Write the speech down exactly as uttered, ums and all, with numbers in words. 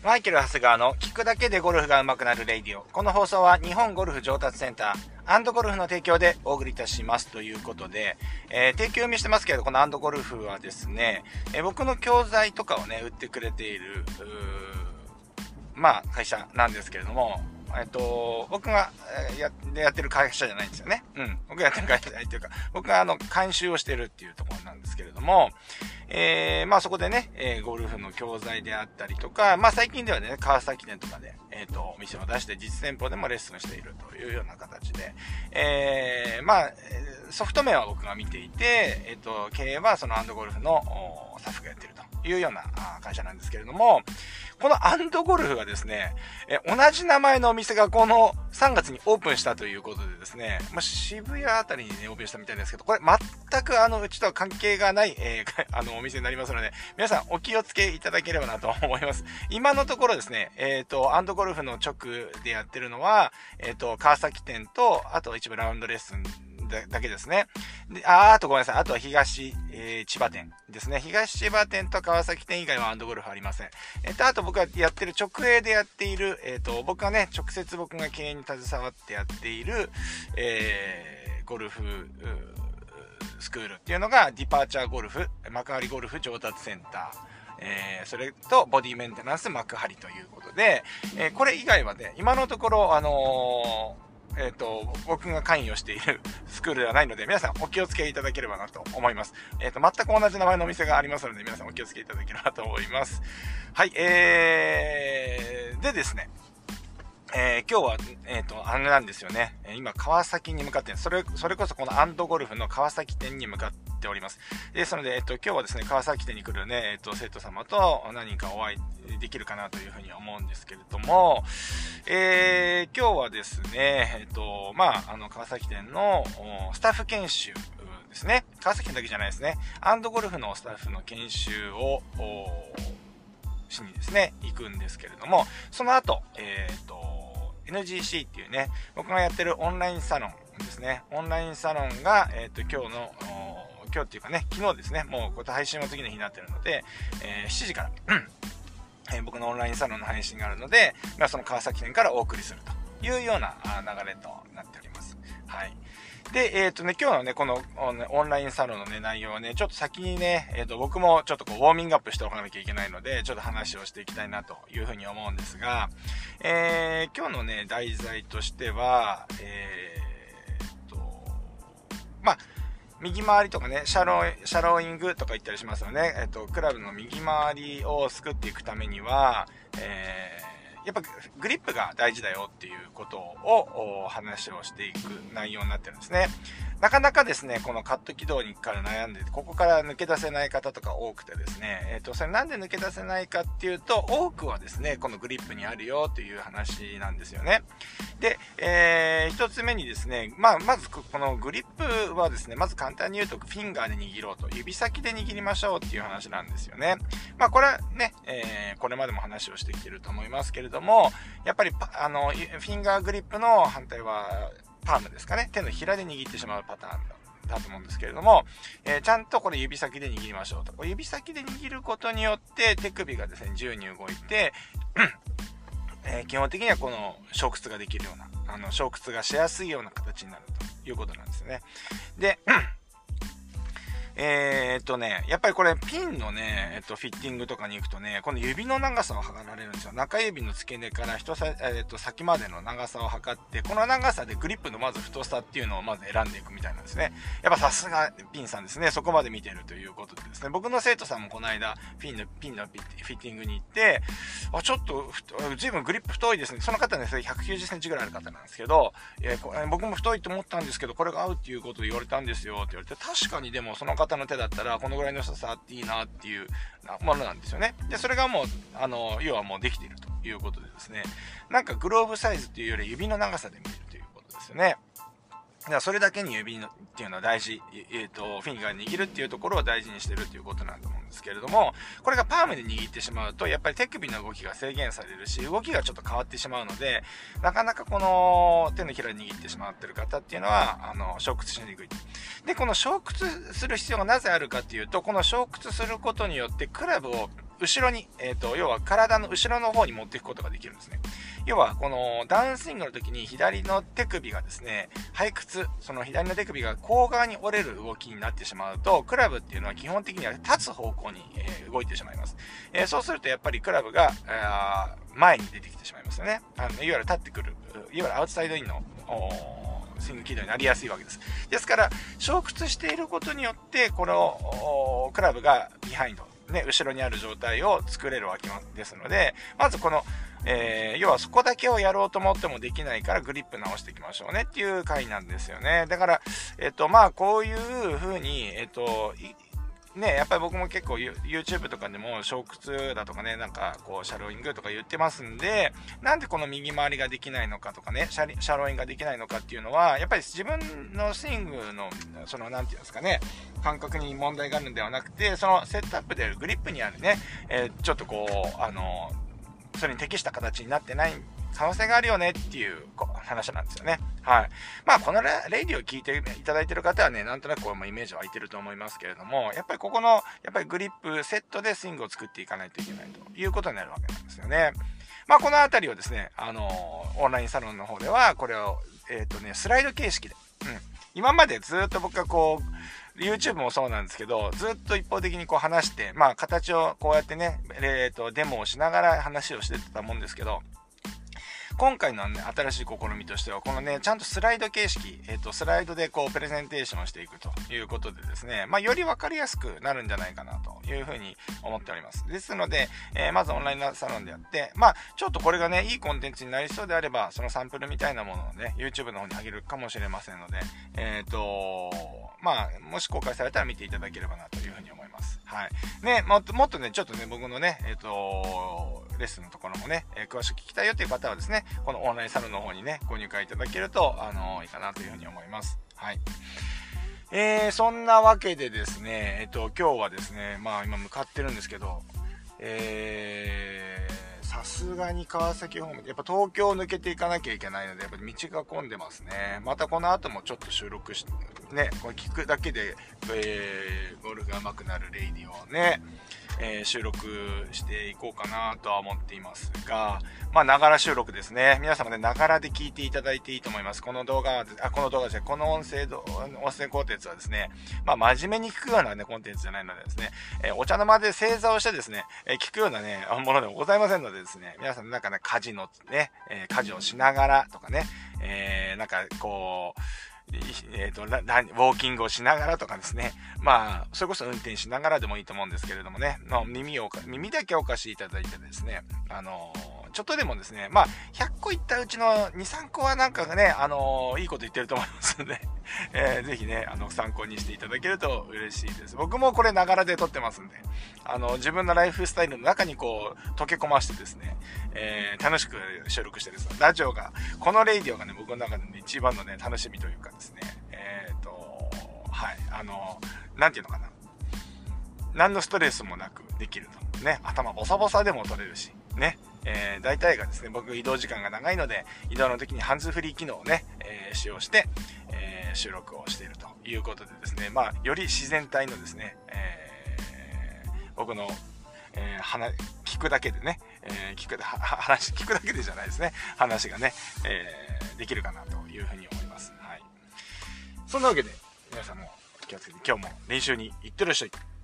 マイケル・ハスガーの聞くだけでゴルフが上手くなるレイディオ。この放送は日本ゴルフ上達センターアンドゴルフの提供でお送りいたしますということで、えー、提供読みしてますけど、このアンドゴルフはですね、えー、僕の教材とかをね、売ってくれている、まあ、会社なんですけれども、えっと、僕がややってる会社じゃないんですよね。うん。僕がやってる会社じゃないっていうか、僕があの、監修をしてるっていうところなんですけれども、えー、まあそこでね、えー、ゴルフの教材であったりとか、まあ最近ではね、川崎店とかで、えっと、お店を出して実店舗でもレッスンしているというような形で、えー、まあ、ソフト面は僕が見ていて、えっと、経営はそのアンドゴルフのスタッフがやっているというような会社なんですけれども、このアンドゴルフがですね、え同じ名前のお店がこのさんがつにオープンしたということでですね、まあ、渋谷あたりにね、オープンしたみたいですけど、これ全くあの、うちとは関係がない、えー、あの、お店になりますので、皆さんお気をつけいただければなと思います。今のところですね、えっと、アンドゴルフの直でやってるのは、えっと、川崎店と、あと一部ラウンドレッスン、だ, だけですね。で、あ, あとごめんなさい。あとは東、えー、千葉店ですね。東千葉店と川崎店以外はアンドゴルフありません。えっと、あと僕がやってる直営でやっている、えっと、僕がね、直接僕が経営に携わってやっている、えー、ゴルフ、スクールっていうのが、ディパーチャーゴルフ、幕張ゴルフ上達センター。えー、それと、ボディメンテナンス幕張ということで、えー、これ以外はね、今のところ、あのー、えっと、僕が関与しているスクールではないので、皆さんお気をつけいただければなと思います。えっと、全く同じ名前のお店がありますので、皆さんお気をつけいただければと思います。はい、えー、でですね、えー、今日は、えっと、あれなんですよね。今、川崎に向かって、それ、それこそこのアンドゴルフの川崎店に向かっております。ですので、えっと、今日はですね、川崎店に来るね、えっと、生徒様と何人かお会いできるかなというふうに思うんですけれども、えー、今日はですね、えっと、まあ、あの、川崎店のスタッフ研修ですね。川崎店だけじゃないですね。アンドゴルフのスタッフの研修を、しにですね、行くんですけれども、その後、えっと、エヌジーシー っていうね、僕がやってるオンラインサロンですね。オンラインサロンが、えっと、今日の、今日っていうかね、昨日ですね、もうこれ配信は次の日になってるので、えー、しちじから、えー、僕のオンラインサロンの配信があるので、まあ、その川崎店からお送りするというような流れとなっております。はい。で、えっとね、今日のね、このオンラインサロンのね、内容はね、ちょっと先にね、えっと、僕もちょっとこう、ウォーミングアップしておかなきゃいけないので、ちょっと話をしていきたいなというふうに思うんですが、えー、今日のね、題材としては、えー、っと、まあ、右回りとかね、シャロー、シャローイングとか言ったりしますよね。えっと、クラブの右回りを作っていくためには、えー、やっぱグリップが大事だよっていうことを話をしていく内容になってるんですね。なかなかですね、このカット軌道にから悩んで、ここから抜け出せない方とか多くてですね、えっと、それなんで抜け出せないかっていうと、多くはですね、このグリップにあるよという話なんですよね。で、えー、一つ目にですね、まあ、まずこのグリップはですね、まず簡単に言うと、フィンガーで握ろうと、指先で握りましょうっていう話なんですよね。まあ、これはね、えー、これまでも話をしてきてると思いますけれども、やっぱり、あの、フィンガーグリップの反対は、パームですかね。手のひらで握ってしまうパターンだと思うんですけれども、えー、ちゃんとこれ指先で握りましょうと。指先で握ることによって手首がですね、自由に動いて、えー、基本的にはこの小屈ができるような、あの、小屈がしやすいような形になるということなんですね。で、えー、っとね、やっぱりこれピンのね、えっと、フィッティングとかに行くとね、この指の長さを測られるんですよ。中指の付け根から人さ、えー、っと、先までの長さを測って、この長さでグリップのまず太さっていうのをまず選んでいくみたいなんですね。やっぱさすがピンさんですね。そこまで見てるということでですね。僕の生徒さんもこの間、ピンの、ピンのフィッティングに行って、あ、ちょっと、随分グリップ太いですね。その方ね、それひゃくきゅうじゅっセンチぐらいある方なんですけど、えー、僕も太いと思ったんですけど、これが合うっていうことを言われたんですよって言われて、確かにでもその方の手だったら、このぐらいの太さあっていいなっていうものなんですよね。で、それがもう、あの、要はもうできているということでですね。なんかグローブサイズっていうより指の長さで見るということですよね。だからそれだけに指のっていうのは大事、えっと、フィンガー握るっていうところを大事にしてるっていうことなんだと思うんですけれども、これがパームで握ってしまうと、やっぱり手首の動きが制限されるし、動きがちょっと変わってしまうので、なかなかこの手のひらで握ってしまってる方っていうのは、あの、小屈しにくい。で、この小屈する必要がなぜあるかっていうと、この小屈することによってクラブを後ろに、えっと、要は体の後ろの方に持っていくことができるんですね。要は、このダウンスイングの時に左の手首がですね、背屈、その左の手首が後側に折れる動きになってしまうと、クラブっていうのは基本的には立つ方向に、えー、動いてしまいます。えー、そうするとやっぱりクラブが、前に出てきてしまいますよね。あのいわゆる立ってくる、いわゆるアウトサイドインの、スイング軌道になりやすいわけです。ですから、衝屈していることによって、このクラブがビハインド、ね、後ろにある状態を作れるわけですので、まずこの、えー、要はそこだけをやろうと思ってもできないからグリップ直していきましょうねっていう回なんですよね。だから、えっと、まあ、こういう風に、えっと、ね、やっぱり僕も結構 YouTube とかでも衝屈だとかね、なんかこうシャローイングとか言ってますんで、なんでこの右回りができないのかとかね、シャリ、シャローインができないのかっていうのは、やっぱり自分のスイングの、そのなんていうんですかね、感覚に問題があるんではなくて、そのセットアップであるグリップにあるね、えー、ちょっとこう、あの、それに適した形になってない可能性があるよねっていう話なんですよね。はい。まあ、このレイディを聞いていただいている方はね、なんとなくこうイメージ湧いてると思いますけれども、やっぱりここの、やっぱりグリップセットでスイングを作っていかないといけないということになるわけなんですよね。まあ、このあたりをですね、あの、オンラインサロンの方では、これを、えっとね、スライド形式で、うん。今までずっと僕がこう、YouTube もそうなんですけど、ずっと一方的にこう話して、まあ、形をこうやってね、えっと、デモをしながら話をしてたもんですけど、今回のね、新しい試みとしては、このね、ちゃんとスライド形式、えっと、スライドでこう、プレゼンテーションをしていくということでですね、まあ、よりわかりやすくなるんじゃないかなというふうに思っております。ですので、えー、まずオンラインサロンでやって、まあ、ちょっとこれがね、いいコンテンツになりそうであれば、そのサンプルみたいなものをね、YouTube の方に上げるかもしれませんので、えっと、まあ、もし公開されたら見ていただければなというふうに思います。はい。ね、もっと、もっとね、ちょっとね、僕のね、えっと、レッスンのところもね、えー、詳しく聞きたいよっていう方はですね、このオンラインサロンの方にね、ご入会いただけると、あのー、いいかなというふうに思います。はい。えー、そんなわけでですね、えっと、今日はですね、まあ今向かってるんですけど、えー、さすがに川崎方面、やっぱ東京を抜けていかなきゃいけないので、やっぱり道が混んでますね。またこの後もちょっと収録して、ね、これ聞くだけで、えー、ゴルフが上手くなるレイディをね、えー、収録していこうかなとは思っていますが、まあ、ながら収録ですね。皆様ね、ながらで聞いていただいていいと思います。この動画は、あ、この動画ですね、この音声、音声コンテンツはですね、まあ、真面目に聞くようなね、コンテンツじゃないのでですね、えー、お茶の間で正座をしてですね、えー、聞くようなね、ものでもございませんのでですね、皆さんなんかね、家事のね、えー、家事をしながらとかね、えー、なんかこう、えっと、ウォーキングをしながらとかですね。まあ、それこそ運転しながらでもいいと思うんですけれどもね。まあ、耳を、耳だけお貸しいただいてですね。あのー、ちょっとでもですね、まあ、ひゃっこいったうちのに、さんこはなんかね、あのー、いいこと言ってると思いますので、えー、ぜひね、あの、参考にしていただけると嬉しいです。僕もこれながらで撮ってますんで、あの、自分のライフスタイルの中にこう、溶け込ましてですね、えー、楽しく収録してです。ラジオが、このレイディオがね、僕の中で、ね、一番のね、楽しみというかですね、えっと、はい、あの、なんていうのかな。何のストレスもなくできると。ね、頭ボサボサでも取れるし、ね。えー、大体がですね、僕移動時間が長いので、移動の時にハンズフリー機能をね、えー、使用して、えー、収録をしているということでですね、まあ、より自然体のですね、えー、僕の、えー、話、聞くだけでね、えー、聞く、は、話、聞くだけでじゃないですね、話がね、えー、できるかなというふうに思います。はい。そんなわけで、皆さんも気をつけて、今日も練習に行ってらっしゃい。